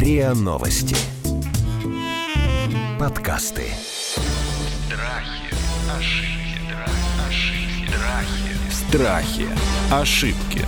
РИА Новости. Подкасты. Страхи, ошибки.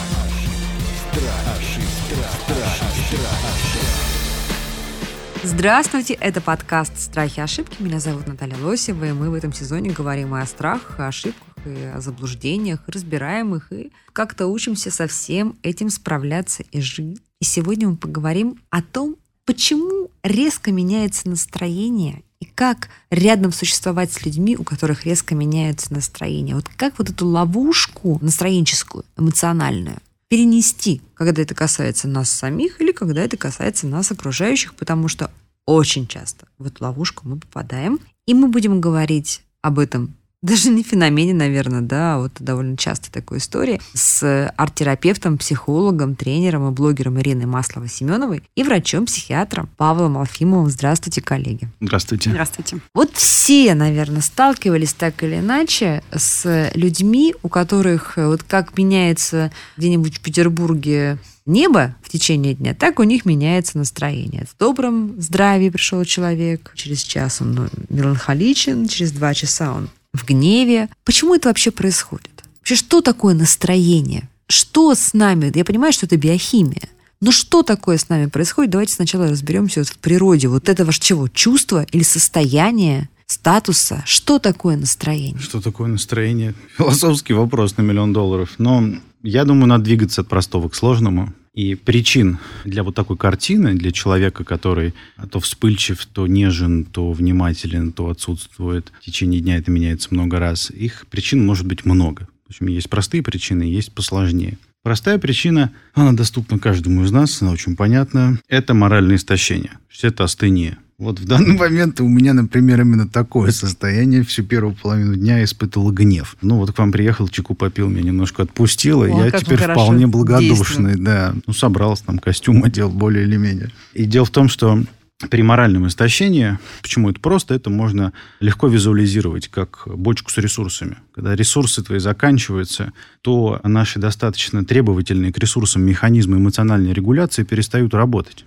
Здравствуйте, это подкаст «Страхи и ошибки». Меня зовут Наталья Лосева, и мы в этом сезоне говорим и о страхах, о ошибках, и о заблуждениях, и разбираем их, и как-то учимся со всем этим справляться и жить. И сегодня мы поговорим о том, почему резко меняется настроение, и как рядом существовать с людьми, у которых резко меняется настроение. Вот как вот эту ловушку настроенческую, эмоциональную перенести, когда это касается нас самих или когда это касается нас окружающих, потому что очень часто в эту ловушку мы попадаем. И мы будем говорить об этом, даже не феномене, наверное, да, а вот довольно часто такой истории, с арт-терапевтом, психологом, тренером и блогером Ириной Масловой-Семеновой и врачом-психиатром Павлом Алфимовым. Здравствуйте, коллеги. Здравствуйте. Здравствуйте. Вот все, наверное, сталкивались так или иначе с людьми, у которых вот как меняется где-нибудь в Петербурге небо в течение дня, так у них меняется настроение. В добром здравии пришел человек, через час он меланхоличен, через 2 часа он в гневе. Почему это вообще происходит? Вообще, что такое настроение? Что с нами? Я понимаю, что это биохимия. Но что такое с нами происходит? Давайте сначала разберемся вот в природе. Вот этого чего? Чувства или состояние, статуса? Что такое настроение? Что такое настроение? Философский вопрос на $1 миллион. Но я думаю, надо двигаться от простого к сложному. И причин для вот такой картины, для человека, который то вспыльчив, то нежен, то внимателен, то отсутствует, в течение дня это меняется много раз, их причин может быть много. В общем, есть простые причины, есть посложнее. Простая причина, она доступна каждому из нас, она очень понятна. Это моральное истощение, то есть это астения. Вот в данный момент у меня, например, именно такое состояние. Всю первую половину дня я испытывал гнев. Ну, вот к вам приехал, чайку попил, меня немножко отпустило. Я теперь вполне благодушный. Да. Ну, собрался, там, костюм одел более или менее. И дело в том, что при моральном истощении, почему это просто, это можно легко визуализировать как бочку с ресурсами. Когда ресурсы твои заканчиваются, то наши достаточно требовательные к ресурсам механизмы эмоциональной регуляции перестают работать.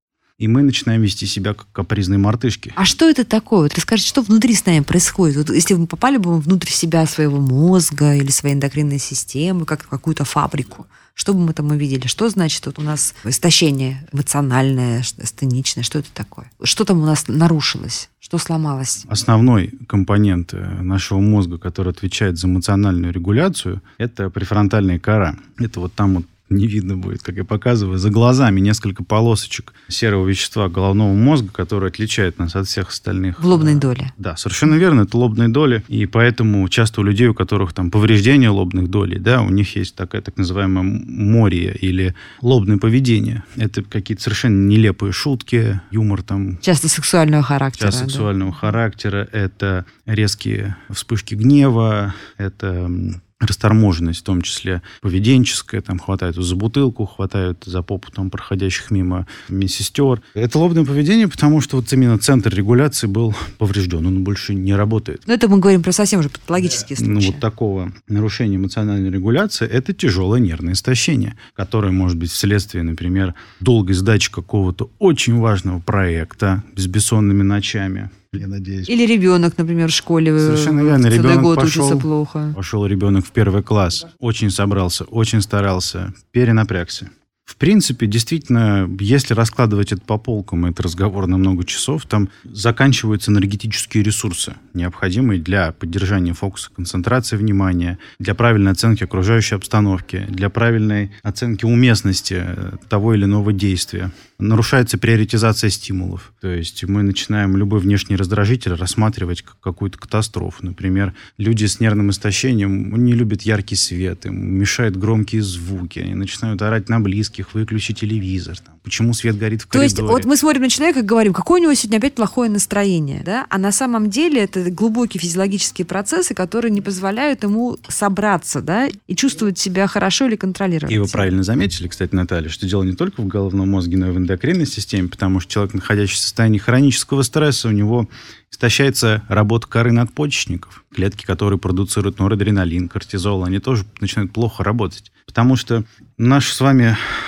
И мы начинаем вести себя как капризные мартышки. А что это такое? Вот расскажите, что внутри с нами происходит? Вот если мы попали бы внутрь себя, своего мозга или своей эндокринной системы, как в какую-то фабрику, что бы мы там увидели? Что значит вот у нас истощение эмоциональное, астеничное? Что это такое? Что там у нас нарушилось? Что сломалось? Основной компонент нашего мозга, который отвечает за эмоциональную регуляцию, это префронтальная кора. Это вот там вот не видно будет, как я показываю, за глазами несколько полосочек серого вещества головного мозга, которое отличает нас от всех остальных. В лобной доле. Да, совершенно верно, это лобные доли. И поэтому часто у людей, у которых там повреждение лобных долей, да, у них есть такая так называемая мория или лобное поведение. Это какие-то совершенно нелепые шутки, юмор там. Часто сексуального характера. Часто сексуального характера. Это резкие вспышки гнева, это расторможенность, в том числе поведенческая, там хватают за бутылку, хватают за попу там проходящих мимо медсестер. Это лобное поведение, потому что вот именно центр регуляции был поврежден, он больше не работает. Но это мы говорим про совсем уже патологические случаи. Ну вот такого нарушения эмоциональной регуляции это тяжелое нервное истощение, которое может быть вследствие, например, долгой сдачи какого-то очень важного проекта с бессонными ночами. Я надеюсь. Или ребенок, например, в школе совершенно верно. Целый год учится плохо. Пошел ребенок в 1 класс, очень собрался, очень старался, перенапрягся. В принципе, действительно, если раскладывать это по полкам, это разговор на много часов, там заканчиваются энергетические ресурсы, необходимые для поддержания фокуса, концентрации внимания, для правильной оценки окружающей обстановки, для правильной оценки уместности того или иного действия. Нарушается приоритизация стимулов. То есть мы начинаем любой внешний раздражитель рассматривать как какую-то катастрофу. Например, люди с нервным истощением не любят яркий свет, им мешают громкие звуки, они начинают орать на близких, выключи телевизор. Там, почему свет горит в коридоре? То есть вот мы смотрим на человека и говорим, какое у него сегодня опять плохое настроение. Да? А на самом деле это глубокие физиологические процессы, которые не позволяют ему собраться, да, и чувствовать себя хорошо или контролировать. И вы правильно заметили, кстати, Наталья, что дело не только в головном мозге, но и в эндокринной системе, потому что человек, находящийся в состоянии хронического стресса, у него истощается работа коры надпочечников. Клетки, которые продуцируют норадреналин, кортизол, они тоже начинают плохо работать. Потому что наше с вами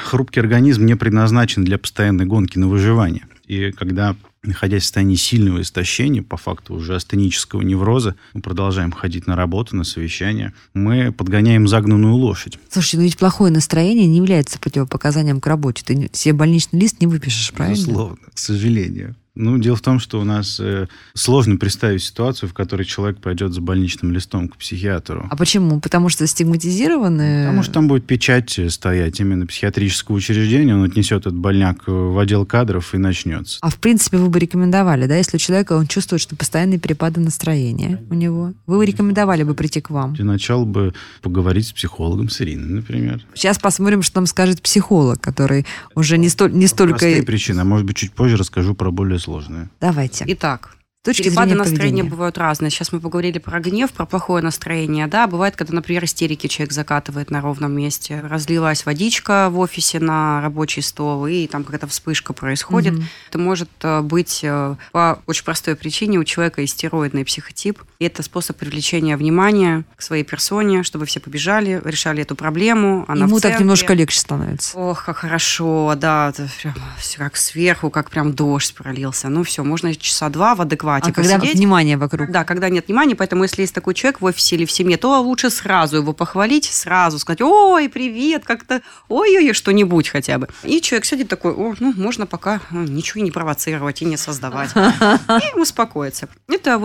хрупкий организм не предназначен для постоянной гонки на выживание. И когда, находясь в состоянии сильного истощения, по факту уже астенического невроза, мы продолжаем ходить на работу, на совещания, мы подгоняем загнанную лошадь. Слушайте, но ведь плохое настроение не является противопоказанием к работе. Ты себе больничный лист не выпишешь, правильно? Безусловно, к сожалению. Дело в том, что у нас сложно представить ситуацию, в которой человек пойдет за больничным листом к психиатру. А почему? Потому что стигматизированы? Потому что там будет печать стоять именно психиатрического учреждения, он отнесет этот больняк в отдел кадров и начнется. А в принципе вы бы рекомендовали, да, если у человека, он чувствует, что постоянные перепады настроения у него, вы бы рекомендовали бы прийти к вам? Для начала бы поговорить с психологом, с Ириной, например. Сейчас посмотрим, что нам скажет психолог, который уже не столько... Простые причины, а может быть чуть позже расскажу про более сложные. Давайте. Итак, Перепады настроения бывают разные. Сейчас мы поговорили про гнев, про плохое настроение. Да, бывает, когда, например, истерики человек закатывает на ровном месте. Разлилась водичка в офисе на рабочий стол, и там какая-то вспышка происходит. Это может быть по очень простой причине. У человека истероидный психотип. И это способ привлечения внимания к своей персоне, чтобы все побежали, решали эту проблему. Она ему так немножко легче становится. Ох, как хорошо, да. Это прям как сверху, как прям дождь пролился. Ну все, можно часа 2 в адеквате. А когда внимание вокруг? Да, когда нет внимания, поэтому если есть такой человек в офисе или в семье, то лучше сразу его похвалить, сразу сказать: ой, привет, как-то, ой-ой-ой, что-нибудь хотя бы. И человек сидит такой: можно пока ничего не провоцировать и не создавать. И успокоиться. Это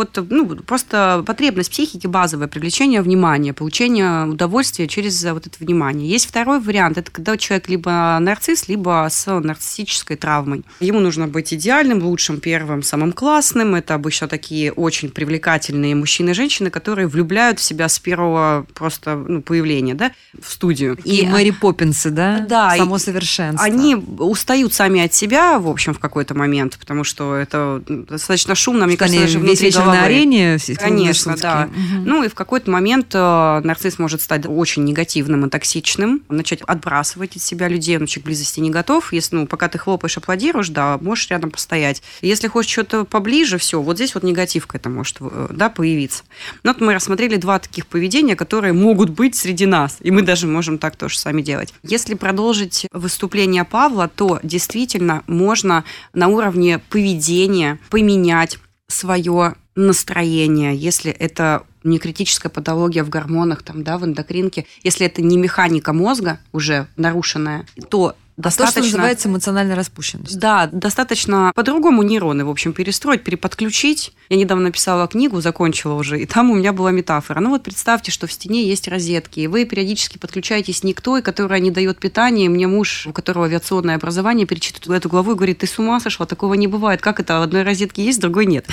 просто потребность психики базовая, привлечение внимания, получение удовольствия через вот это внимание. Есть второй вариант, это когда человек либо нарцисс, либо с нарциссической травмой. Ему нужно быть идеальным, лучшим, первым, самым классным. Это обычно такие очень привлекательные мужчины и женщины, которые влюбляют в себя с первого просто появления, да, в студию. И Мэри Поппинсы, да? Да. Само совершенство. Они устают сами от себя, в общем, в какой-то момент, потому что это достаточно шумно, мне кажется, даже внутри головы. На арене. Конечно, да. И в какой-то момент нарцисс может стать очень негативным и токсичным, начать отбрасывать от себя людей, он человек к близости не готов. Если, пока ты хлопаешь, аплодируешь, да, можешь рядом постоять. Если хочешь что-то поближе, все, вот здесь вот негатив к этому может, да, появиться. Но вот мы рассмотрели 2 таких поведения, которые могут быть среди нас, и мы даже можем так тоже сами делать. Если продолжить выступление Павла, то действительно можно на уровне поведения поменять свое настроение, если это не критическая патология в гормонах, там, да, в эндокринке, если это не механика мозга уже нарушенная, то достаточно... То, что называется эмоциональная распущенность. Да, достаточно по-другому нейроны, в общем, перестроить, переподключить. Я недавно написала книгу, закончила уже, и там у меня была метафора. Представьте, что в стене есть розетки, и вы периодически подключаетесь не к той, которая не дает питания. И мне муж, у которого авиационное образование, перечитывает эту главу и говорит: ты с ума сошла, такого не бывает. Как это? В одной розетке есть, в другой нет.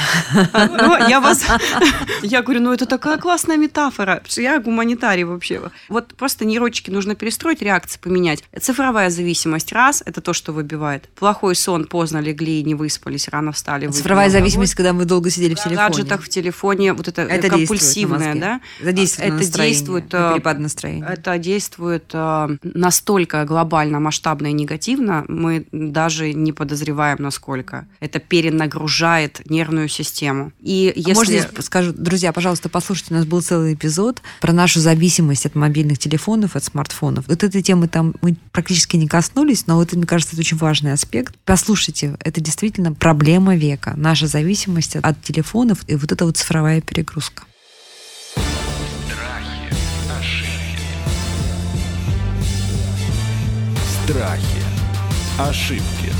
Я говорю, это такая классная метафора. Я гуманитарий вообще. Вот просто нейрончики нужно перестроить, реакции поменять. Цифровая зависимость. Раз, это то, что выбивает. Плохой сон, поздно легли, не выспались, рано встали. Цифровая зависимость, когда мы долго сидели в телефоне. В гаджетах, в телефоне, вот это компульсивное, да? Это действует на настроение, на перепад настроения. Это действует настолько глобально, масштабно и негативно, мы даже не подозреваем, насколько. Это перенагружает нервную систему. И если... Можно здесь скажу, друзья, пожалуйста, послушайте, у нас был целый эпизод про нашу зависимость от мобильных телефонов, от смартфонов. Вот этой темы там мы практически не коснулись, но мне кажется, это очень важный аспект. Послушайте, это действительно проблема века. Наша зависимость от телефонов и вот эта вот цифровая перегрузка. Страхи, ошибки. Страхи, ошибки.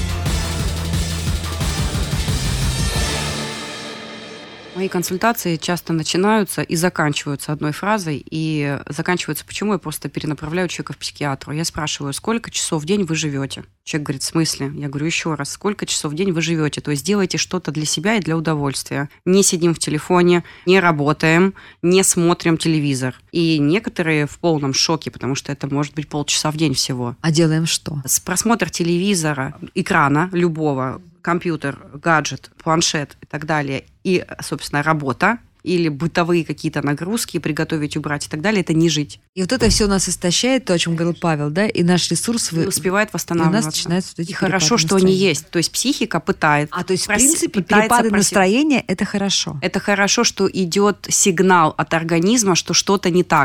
Мои консультации часто начинаются и заканчиваются одной фразой. И заканчиваются почему? Я просто перенаправляю человека в психиатру. Я спрашиваю: сколько часов в день вы живете? Человек говорит: в смысле? Я говорю еще раз: сколько часов в день вы живете? То есть делайте что-то для себя и для удовольствия. Не сидим в телефоне, не работаем, не смотрим телевизор. И некоторые в полном шоке, потому что это может быть полчаса в день всего. А делаем что? Просмотр телевизора, экрана любого, компьютер, гаджет, планшет и так далее, и, собственно, работа или бытовые какие-то нагрузки, приготовить, убрать и так далее, это не жить. И вот это все нас истощает, то, о чем говорил Павел, да, и наш ресурс не успевает восстанавливаться. И у нас начинаются вот эти и хорошо, что они есть. То есть психика пытается. То есть, в принципе, перепады настроения – это хорошо. Это хорошо, что идет сигнал от организма, что что-то не так.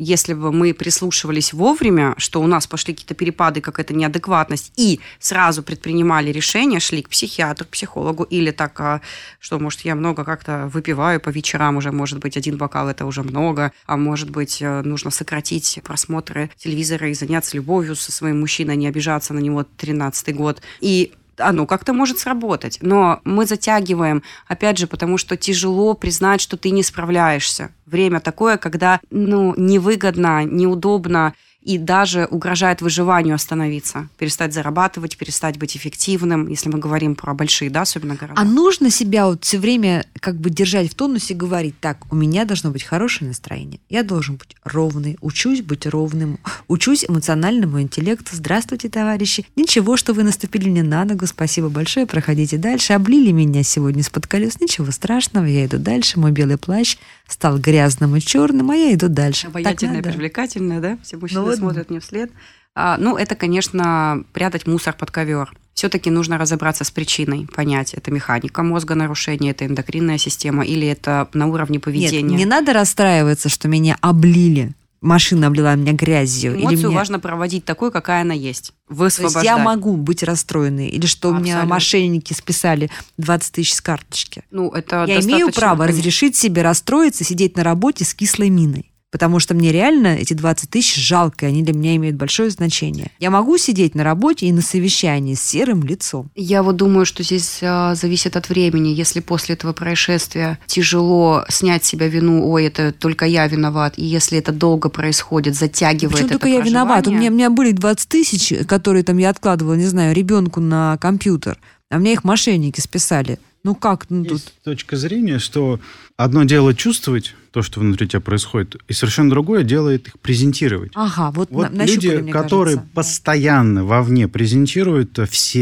если бы мы прислушивались вовремя, что у нас пошли какие-то перепады, какая-то неадекватность, и сразу предпринимали решения, шли к психиатру, к психологу, или так, что, может, я много как-то выпиваю по вечерам, уже, может быть, 1 бокал – это уже много, а может быть, нужно сократить просмотры телевизора и заняться любовью со своим мужчиной, не обижаться на него 13-й год. И оно как-то может сработать. Но мы затягиваем, опять же, потому что тяжело признать, что ты не справляешься. Время такое, когда невыгодно, неудобно и даже угрожает выживанию остановиться, перестать зарабатывать, перестать быть эффективным, если мы говорим про большие, особенно города. А нужно себя все время держать в тонусе и говорить: так, у меня должно быть хорошее настроение, я должен быть ровный, учусь быть ровным, учусь эмоциональному интеллекту. Здравствуйте, товарищи. Ничего, что вы наступили мне на ногу, спасибо большое, проходите дальше. Облили меня сегодня из-под колес, ничего страшного, я иду дальше. Мой белый плащ стал грязным и черным, а я иду дальше. Обаятельная, привлекательная, да? Все мужчины смотрят мне вслед. Это, конечно, прятать мусор под ковер. Все-таки нужно разобраться с причиной, понять, это механика мозга нарушения, это эндокринная система или это на уровне поведения. Нет, не надо расстраиваться, что меня облили. Машина облила меня грязью. Эмоцию важно проводить такой, какая она есть. Высвобождать. То есть я могу быть расстроенной. Или что у меня мошенники списали 20 тысяч с карточки. Я имею право разрешить себе расстроиться, сидеть на работе с кислой миной. Потому что мне реально эти 20 тысяч жалко, и они для меня имеют большое значение. Я могу сидеть на работе и на совещании с серым лицом. Я думаю, что здесь зависит от времени. Если после этого происшествия тяжело снять с себя вину, ой, это только я виноват, и если это долго происходит, затягивает это проживание. Почему только я виноват? У меня были 20 тысяч, которые я откладывала, не знаю, ребенку на компьютер, а мне их мошенники списали. Как? Есть тут точка зрения, что одно дело чувствовать то, что внутри тебя происходит, и совершенно другое дело их презентировать. Ага, люди, которые постоянно вовне презентируют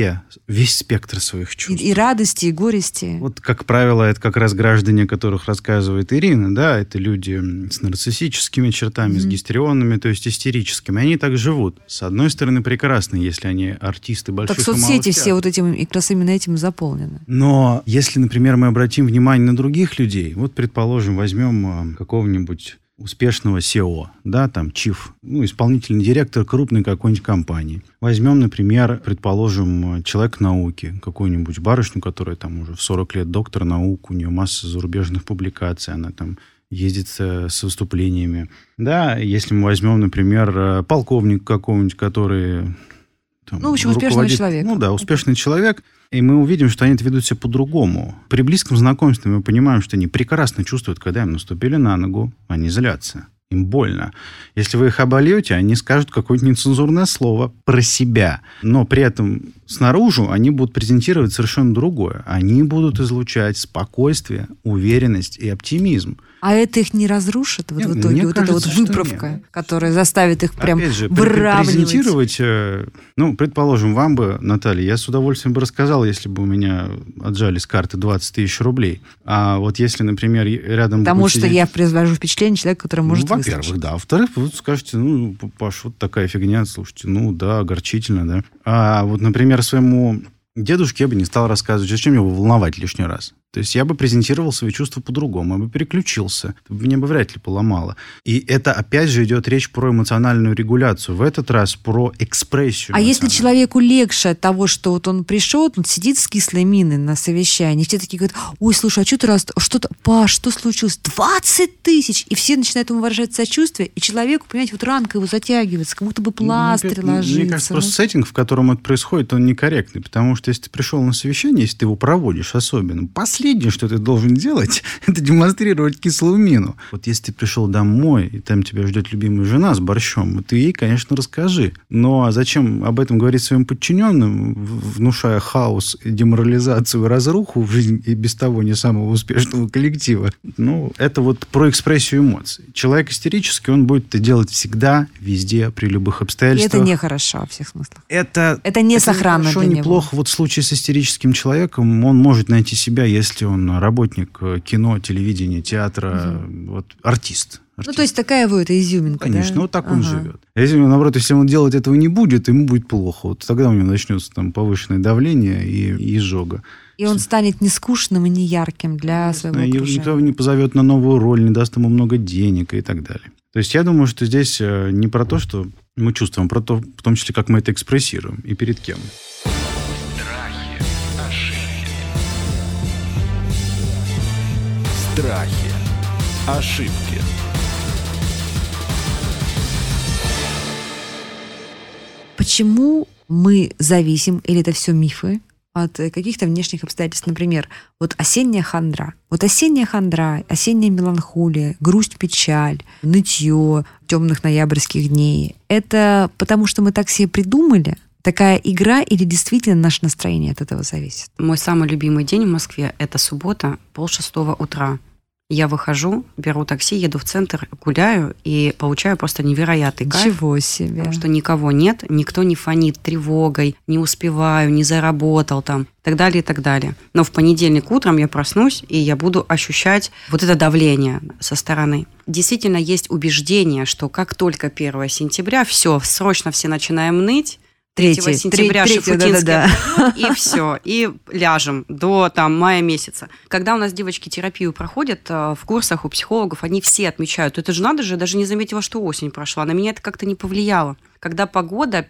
весь спектр своих чувств. И радости, и горести. Как правило, это как раз граждане, о которых рассказывает Ирина, да, это люди с нарциссическими чертами, с гистерионными, то есть истерическими. Они так живут. С одной стороны, прекрасно, если они артисты больших и малых театров. Так соцсети все этим, и как раз именно этим заполнены. Но если, например, мы обратим внимание на других людей, предположим, возьмем какого-нибудь успешного SEO, чиф, исполнительный директор крупной какой-нибудь компании. Возьмем, например, предположим, человек науки, какую-нибудь барышню, которая уже в 40 лет доктор наук, у нее масса зарубежных публикаций, она ездит с выступлениями. Да, если мы возьмем, например, полковника какого-нибудь, который... успешный человек. Успешный человек. И мы увидим, что они ведут себя по-другому. При близком знакомстве мы понимаем, что они прекрасно чувствуют, когда им наступили на ногу, они злятся. Им больно. Если вы их обольете, они скажут какое-то нецензурное слово про себя. Но при этом снаружи они будут презентировать совершенно другое. Они будут излучать спокойствие, уверенность и оптимизм. А это их не разрушит в итоге? Эта выправка, которая заставит их прям выравнивать. Презентировать, предположим, вам бы, Наталья, я с удовольствием бы рассказал, если бы у меня отжали с карты 20 тысяч рублей. А если, например, рядом... Потому что я произвожу впечатление человека, который может выслушать. Во-первых, да. Во-вторых, вы скажете, Паш, такая фигня, слушайте, огорчительно, да. А например, своему дедушке я бы не стал рассказывать, зачем его волновать лишний раз. То есть я бы презентировал свои чувства по-другому, я бы переключился, меня бы вряд ли поломало. И это, опять же, идет речь про эмоциональную регуляцию. В этот раз про экспрессию. А если человеку легче от того, что он пришел, он сидит с кислой миной на совещании, все такие говорят: ой, слушай, а что ты что-то, Паш, что случилось? 20 тысяч! И все начинают ему выражать сочувствие, и человеку, понимаете, ранка его затягивается, как будто бы пластырь ложится. Мне кажется, просто сеттинг, в котором это происходит, он некорректный, потому что если ты пришел на совещание, если ты его проводишь особенно, последнее, что ты должен делать, это демонстрировать кислую мину. Если ты пришел домой, и там тебя ждет любимая жена с борщом, ты ей, конечно, расскажи. Но зачем об этом говорить своим подчиненным, внушая хаос, деморализацию и разруху в жизнь и без того не самого успешного коллектива? Это про экспрессию эмоций. Человек истерический, он будет это делать всегда, везде, при любых обстоятельствах. И это нехорошо во всех смыслах. Это не сохранно хорошо, для него. Неплохо. В случае с истерическим человеком он может найти себя, если он работник кино, телевидения, театра, артист. То есть такая изюминка, конечно, так он живет. Если, наоборот, если он делать этого не будет, ему будет плохо. Тогда у него начнется повышенное давление и изжога. И он станет не скучным и не ярким для своего окружения. Никто не позовет на новую роль, не даст ему много денег и так далее. То есть я думаю, что здесь не про то, что мы чувствуем, а про то, в том числе, как мы это экспрессируем и перед кем. Страхи, ошибки. Страхи, ошибки. Почему мы зависим, или это все мифы, от каких-то внешних обстоятельств? Например, вот осенняя хандра. Вот осенняя хандра, осенняя меланхолия, грусть, печаль, нытье темных ноябрьских дней. Это потому, что мы так себе придумали? Такая игра или действительно наше настроение от этого зависит? Мой самый любимый день в Москве – это суббота, 5:30 утра. Я выхожу, беру такси, еду в центр, гуляю и получаю просто невероятный кайф. Ничего себе. Потому что никого нет, никто не фонит тревогой, не успеваю, не заработал там, и так далее, и так далее. Но в понедельник утром я проснусь, и я буду ощущать вот это давление со стороны. Действительно, есть убеждение, что как только 1 сентября, все, срочно все начинаем ныть, 3 сентября Шуфутинский пройдет, и все, и ляжем до мая месяца. Когда у нас девочки терапию проходят в курсах у психологов, они все отмечают, это же надо же, даже не заметила, что осень прошла. На меня это как-то не повлияло. Когда погода,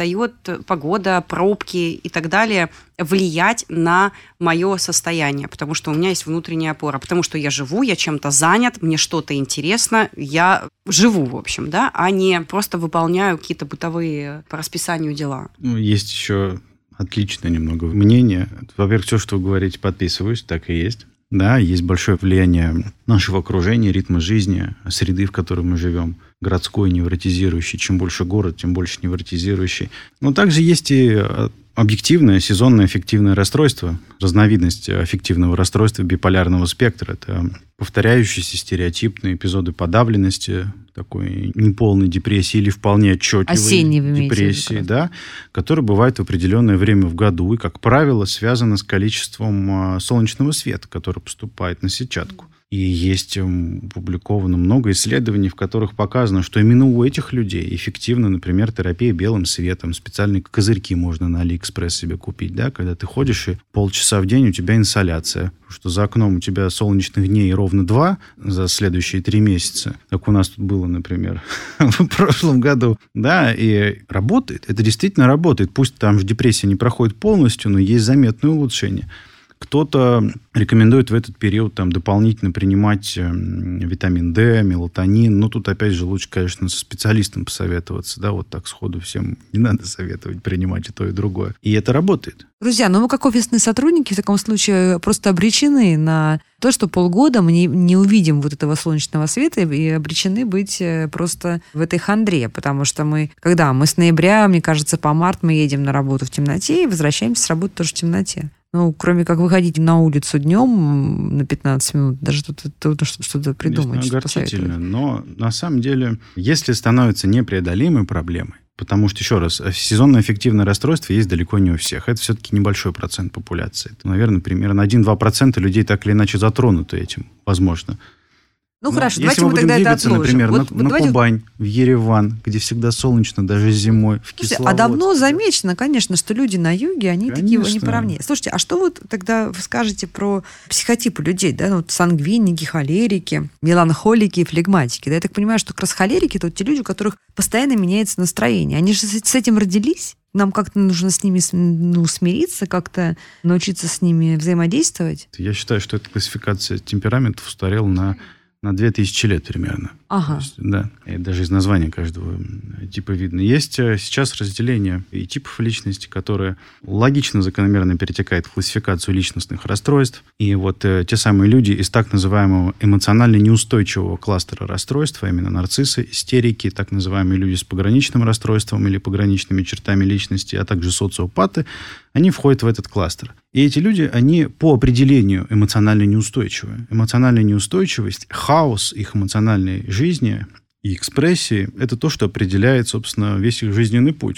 пробки и так далее влиять на мое состояние, потому что у меня есть внутренняя опора, потому что я живу, я чем-то занят, мне что-то интересно, я живу, в общем, да, а не просто выполняю какие-то бытовые по расписанию дела. Есть еще отличное немного мнение. Во-первых, все, что вы говорите, подписываюсь, так и есть. Да, есть большое влияние нашего окружения, ритма жизни, среды, в которой мы живем. Городской, невротизирующий. Чем больше город, тем больше невротизирующий. Но также есть и объективное сезонное аффективное расстройство. Разновидность аффективного расстройства биполярного спектра. Это повторяющиеся стереотипные эпизоды подавленности, такой неполной депрессии или вполне отчетливой депрессии, да, которые бывают в определенное время в году и, как правило, связаны с количеством солнечного света, который поступает на сетчатку. И есть опубликовано много исследований, в которых показано, что именно у этих людей эффективна, например, терапия белым светом. Специальные козырьки можно на Алиэкспресс себе купить, да, когда ты ходишь и полчаса в день у тебя инсоляция. Потому что за окном у тебя солнечных дней ровно 2 за следующие 3 месяца, как у нас тут было, например, в прошлом году. Да, и работает. Это действительно работает. Пусть там же депрессия не проходит полностью, но есть заметное улучшение. Кто-то рекомендует в этот период дополнительно принимать витамин D, мелатонин. Но тут, опять же, лучше, конечно, со специалистом посоветоваться. Да, вот так сходу всем не надо советовать принимать и то, и другое. И это работает. Друзья, мы как офисные сотрудники в таком случае просто обречены на то, что полгода мы не увидим вот этого солнечного света и обречены быть просто в этой хандре. Потому что мы с ноября, мне кажется, по март мы едем на работу в темноте и возвращаемся с работы тоже в темноте. Кроме как выходить на улицу днем на 15 минут, даже трудно что-то придумать. Конечно, огорчительно. Но на самом деле, если становится непреодолимой проблемой, потому что, еще раз, сезонное аффективное расстройство есть далеко не у всех. Это все-таки небольшой процент популяции. Это, наверное, примерно 1-2% людей так или иначе затронуты этим, возможно. Хорошо, если давайте мы тогда это отложим. Например, на Кубань, в Ереван, где всегда солнечно, даже зимой, в Кисловодск. А давно замечено, конечно, что люди на юге, они такие не поровнее. Слушайте, а что тогда вы скажете про психотипы людей? Да? Сангвиники, холерики, меланхолики и флегматики. Да? Я так понимаю, что как раз холерики – это те люди, у которых постоянно меняется настроение. Они же с этим родились? Нам как-то нужно с ними смириться, как-то научиться с ними взаимодействовать? Я считаю, что эта классификация темпераментов устарела на 2000 лет примерно. Ага. Есть, да. И даже из названия каждого типа видно. Есть сейчас разделение и типов личности, которые логично, закономерно перетекают в классификацию личностных расстройств. И вот те самые люди из так называемого эмоционально неустойчивого кластера расстройств, а именно нарциссы, истерики, так называемые люди с пограничным расстройством или пограничными чертами личности, а также социопаты, они входят в этот кластер. И эти люди, они по определению эмоционально неустойчивы. Эмоциональная неустойчивость, хаос их эмоциональной жизни и экспрессии – это то, что определяет, собственно, весь их жизненный путь.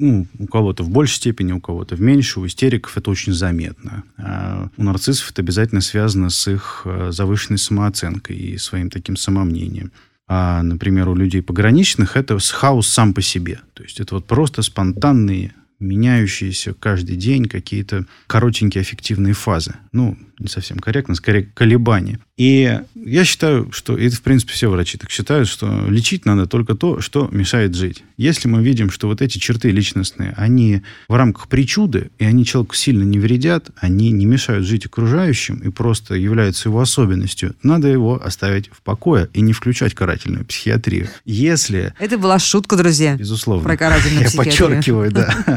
У кого-то в большей степени, у кого-то в меньшей. У истериков это очень заметно. А у нарциссов это обязательно связано с их завышенной самооценкой и своим таким самомнением. А, например, у людей пограничных это хаос сам по себе. То есть это просто спонтанные меняющиеся каждый день какие-то коротенькие аффективные фазы. Ну, не совсем корректно, скорее колебания. И я считаю, что, это, в принципе, все врачи так считают, что лечить надо только то, что мешает жить. Если мы видим, что вот эти черты личностные, они в рамках причуды, и они человеку сильно не вредят, они не мешают жить окружающим и просто являются его особенностью, надо его оставить в покое и не включать карательную психиатрию. Если... Это была шутка, друзья. Безусловно. Про карательную психиатрию. Я подчеркиваю, да.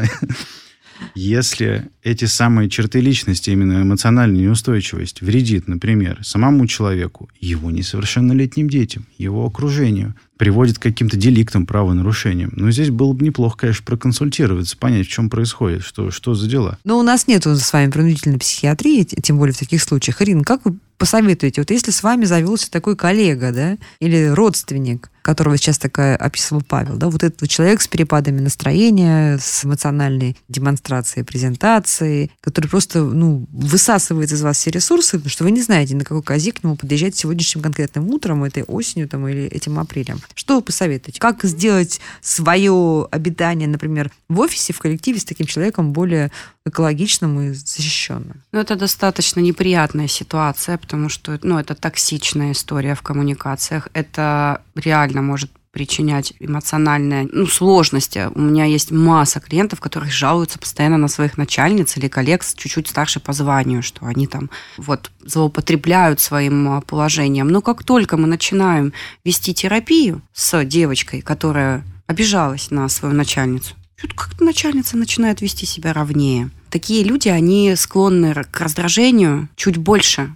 Если эти самые черты личности, именно эмоциональная неустойчивость, вредит, например, самому человеку, его несовершеннолетним детям, его окружению, приводит к каким-то деликтам, правонарушениям. Но здесь было бы неплохо, конечно, проконсультироваться, понять, в чем происходит, что за дела. Но у нас нет с вами принудительной психиатрии, тем более в таких случаях. Ирина, как вы посоветуете, вот если с вами завелся такой коллега, да, или родственник, которого сейчас такая описывал Павел, да, вот этот человек с перепадами настроения, с эмоциональной демонстрацией, презентацией, который просто, высасывает из вас все ресурсы, потому что вы не знаете, на какой казик к нему подъезжать сегодняшним конкретным утром, этой осенью там, или этим апрелем. Что вы посоветуете? Как сделать свое обитание, например, в офисе, в коллективе с таким человеком более экологичным и защищенным? Это достаточно неприятная ситуация, потому что это токсичная история в коммуникациях. Это реально может причинять эмоциональные сложности. У меня есть масса клиентов, которые жалуются постоянно на своих начальниц или коллег чуть-чуть старше по званию, что они там злоупотребляют своим положением. Но как только мы начинаем вести терапию с девочкой, которая обижалась на свою начальницу, как-то начальница начинает вести себя ровнее. Такие люди, они склонны к раздражению чуть больше,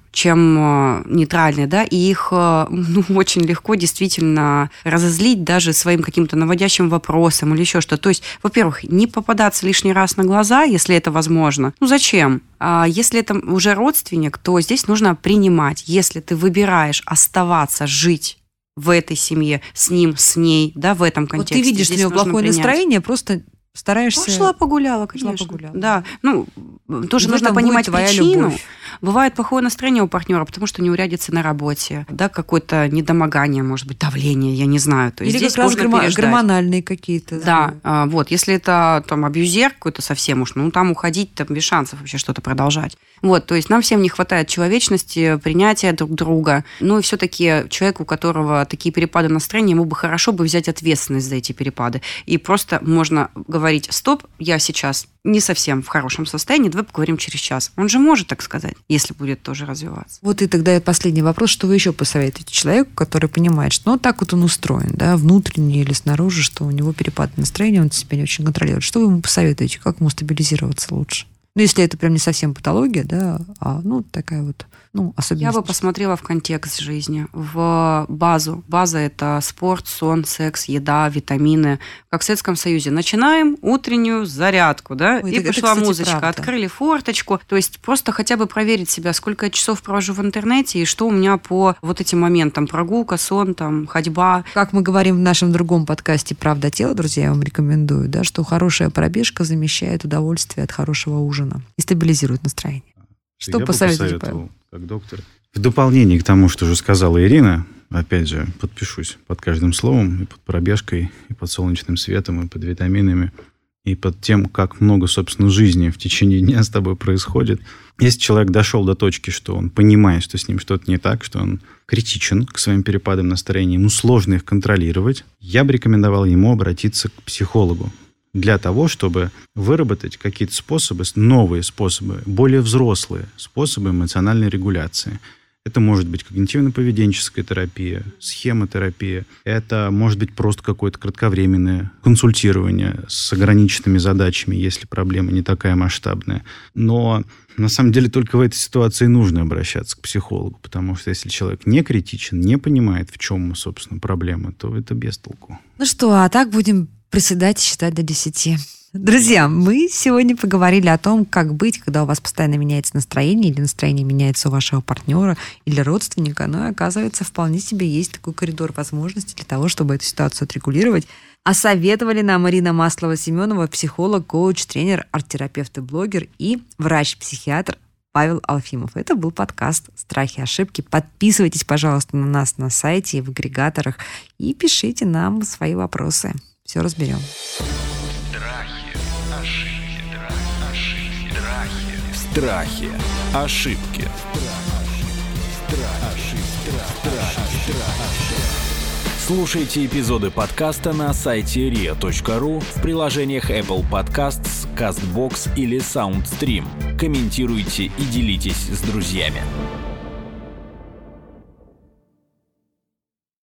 чем нейтральные, да, и их очень легко действительно разозлить даже своим каким-то наводящим вопросом или еще что-то. То есть, во-первых, не попадаться лишний раз на глаза, если это возможно. Зачем? А если это уже родственник, то здесь нужно принимать. Если ты выбираешь оставаться, жить в этой семье, с ним, с ней, да, в этом контексте. Вот ты видишь, у него плохое настроение, просто стараешься... Пошла погуляла, конечно. Пошла погуляла. Да, тоже нужно понимать причину. Любовь. Бывает плохое настроение у партнера, потому что неурядицы на работе, да, какое-то недомогание, может быть, давление, я не знаю. То есть или здесь как раз гормональные какие-то. Да, если это там абьюзер какой-то совсем уж, там уходить там без шансов вообще что-то продолжать. То есть нам всем не хватает человечности, принятия друг друга. И все-таки человек, у которого такие перепады настроения, ему бы хорошо бы взять ответственность за эти перепады. И просто можно говорить: стоп, я сейчас не совсем в хорошем состоянии, давай поговорим через час. Он же может так сказать, если будет тоже развиваться. И тогда последний вопрос, что вы еще посоветуете человеку, который понимает, что так он устроен, да, внутренне или снаружи, что у него перепад настроения, он себя не очень контролирует. Что вы ему посоветуете, как ему стабилизироваться лучше? Если это прям не совсем патология, да, а такая особенность. Я бы посмотрела в контекст жизни, в базу. База – это спорт, сон, секс, еда, витамины. Как в Советском Союзе. Начинаем утреннюю зарядку, да, и пошла музычка, правда. Открыли форточку. То есть просто хотя бы проверить себя, сколько я часов провожу в интернете и что у меня по этим моментам. Прогулка, сон, ходьба. Как мы говорим в нашем другом подкасте «Правда тела», друзья, я вам рекомендую, да, что хорошая пробежка замещает удовольствие от хорошего ужина и стабилизирует настроение. Что посоветуете, Павел? Как доктор. В дополнение к тому, что уже сказала Ирина, опять же, подпишусь под каждым словом, и под пробежкой, и под солнечным светом, и под витаминами, и под тем, как много, собственно, жизни в течение дня с тобой происходит. Если человек дошел до точки, что он понимает, что с ним что-то не так, что он критичен к своим перепадам настроения, ему сложно их контролировать, я бы рекомендовал ему обратиться к психологу. Для того, чтобы выработать какие-то способы, новые способы, более взрослые способы эмоциональной регуляции. Это может быть когнитивно-поведенческая терапия, схемотерапия. Это может быть просто какое-то кратковременное консультирование с ограниченными задачами, если проблема не такая масштабная. Но на самом деле только в этой ситуации нужно обращаться к психологу, потому что если человек не критичен, не понимает, в чем, собственно, проблема, то это без толку. А так будем приседать и считать до 10. Друзья, мы сегодня поговорили о том, как быть, когда у вас постоянно меняется настроение, или настроение меняется у вашего партнера или родственника. Но оказывается, вполне себе есть такой коридор возможностей для того, чтобы эту ситуацию отрегулировать. А советовали нам Ирина Маслова-Семенова, психолог, коуч, тренер, арт-терапевт и блогер, и врач-психиатр Павел Алфимов. Это был подкаст «Страхи и ошибки». Подписывайтесь, пожалуйста, на нас на сайте и в агрегаторах и пишите нам свои вопросы. Все разберем. Страхи, ошибки. Страхи. Ошибки. Слушайте эпизоды подкаста на сайте ria.ru, в приложениях Apple Podcasts, CastBox или SoundStream. Комментируйте и делитесь с друзьями.